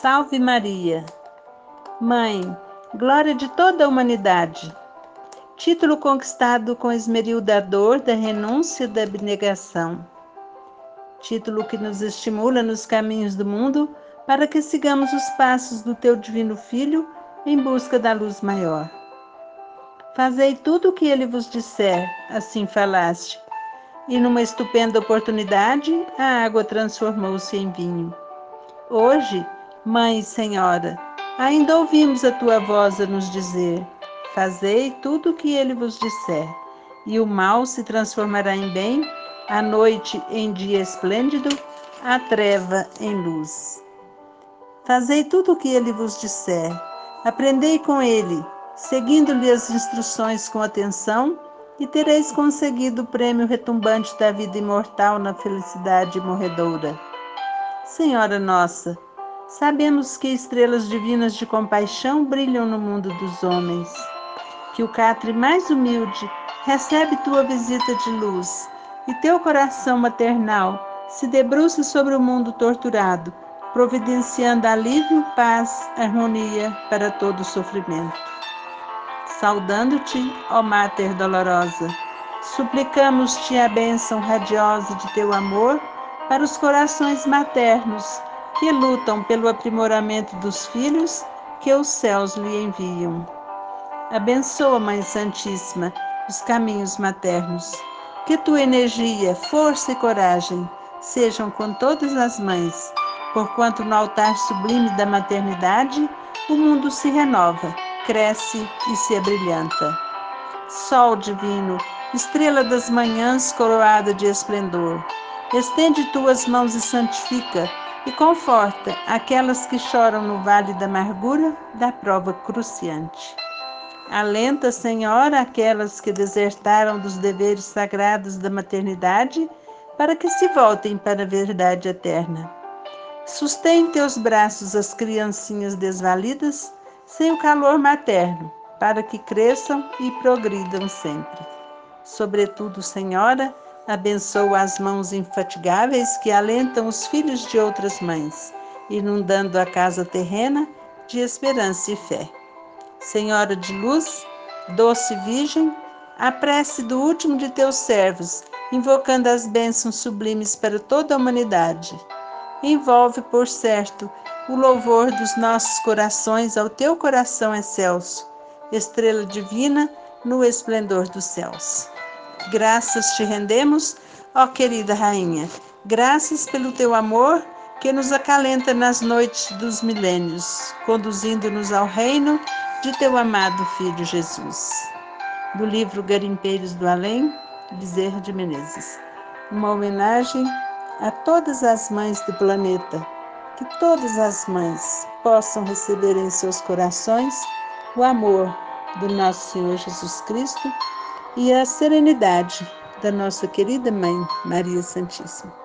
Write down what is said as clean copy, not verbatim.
Salve Maria, Mãe, glória de toda a humanidade. Título conquistado com esmeril da dor, da renúncia e da abnegação. Título que nos estimula nos caminhos do mundo para que sigamos os passos do teu divino Filho em busca da luz maior. Fazei tudo o que ele vos disser, assim falaste. E numa estupenda oportunidade, a água transformou-se em vinho. Hoje, Mãe e Senhora, ainda ouvimos a tua voz a nos dizer: fazei tudo o que ele vos disser, e o mal se transformará em bem, a noite em dia esplêndido, a treva em luz. Fazei tudo o que ele vos disser, aprendei com ele, seguindo-lhe as instruções com atenção, e tereis conseguido o prêmio retumbante da vida imortal na felicidade morredoura. Senhora nossa, sabemos que estrelas divinas de compaixão brilham no mundo dos homens, que o catre mais humilde recebe tua visita de luz, e teu coração maternal se debruça sobre o mundo torturado, providenciando alívio, paz, harmonia para todo o sofrimento. Saudando-te, ó Mater dolorosa, suplicamos-te a bênção radiosa de teu amor para os corações maternos que lutam pelo aprimoramento dos filhos que os céus lhe enviam. Abençoa, Mãe Santíssima, os caminhos maternos. Que tua energia, força e coragem sejam com todas as mães, porquanto no altar sublime da maternidade o mundo se renova, cresce e se abrilhanta. Sol divino, estrela das manhãs coroada de esplendor, estende tuas mãos e santifica, e conforta aquelas que choram no vale da amargura da prova cruciante. Alenta, Senhora, aquelas que desertaram dos deveres sagrados da maternidade, para que se voltem para a verdade eterna. Sustém em teus braços as criancinhas desvalidas, sem o calor materno, para que cresçam e progridam sempre. Sobretudo, Senhora, abençoa as mãos infatigáveis que alentam os filhos de outras mães, inundando a casa terrena de esperança e fé. Senhora de luz, doce Virgem, a prece do último de teus servos, invocando as bênçãos sublimes para toda a humanidade. Envolve, por certo, o louvor dos nossos corações ao teu coração excelso, estrela divina no esplendor dos céus. Graças te rendemos, ó querida Rainha, graças pelo teu amor que nos acalenta nas noites dos milênios, conduzindo-nos ao reino de teu amado Filho Jesus. Do livro Garimpeiros do Além, Bezerra de Menezes. Uma homenagem a todas as mães do planeta, que todas as mães possam receber em seus corações o amor do nosso Senhor Jesus Cristo e a serenidade da nossa querida Mãe Maria Santíssima.